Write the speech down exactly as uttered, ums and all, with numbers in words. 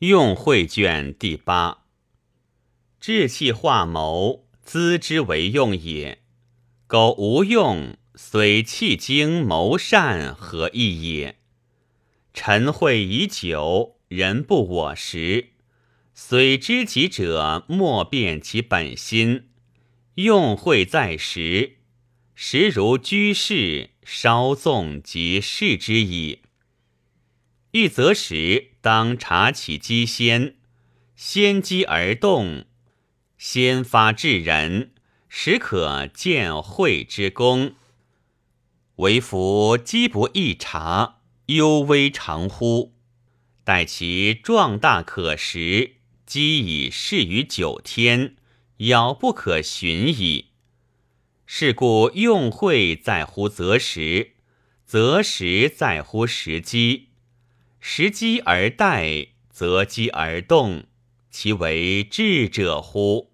用会卷第八。志气化谋，资之为用也。苟无用，虽气精谋善，何益也？晨会已久，人不我时。虽知己者，莫辨其本心。用会在时，时如居士，稍纵即逝之矣。欲择时，当察其机先，先机而动，先发制人，始可见会之功。唯夫机不易察，幽微长乎？待其壮大可食，机已逝于九天，杳不可寻矣。是故用会在乎择时，择时在乎时机。时机而待，择机而动，其为智者乎？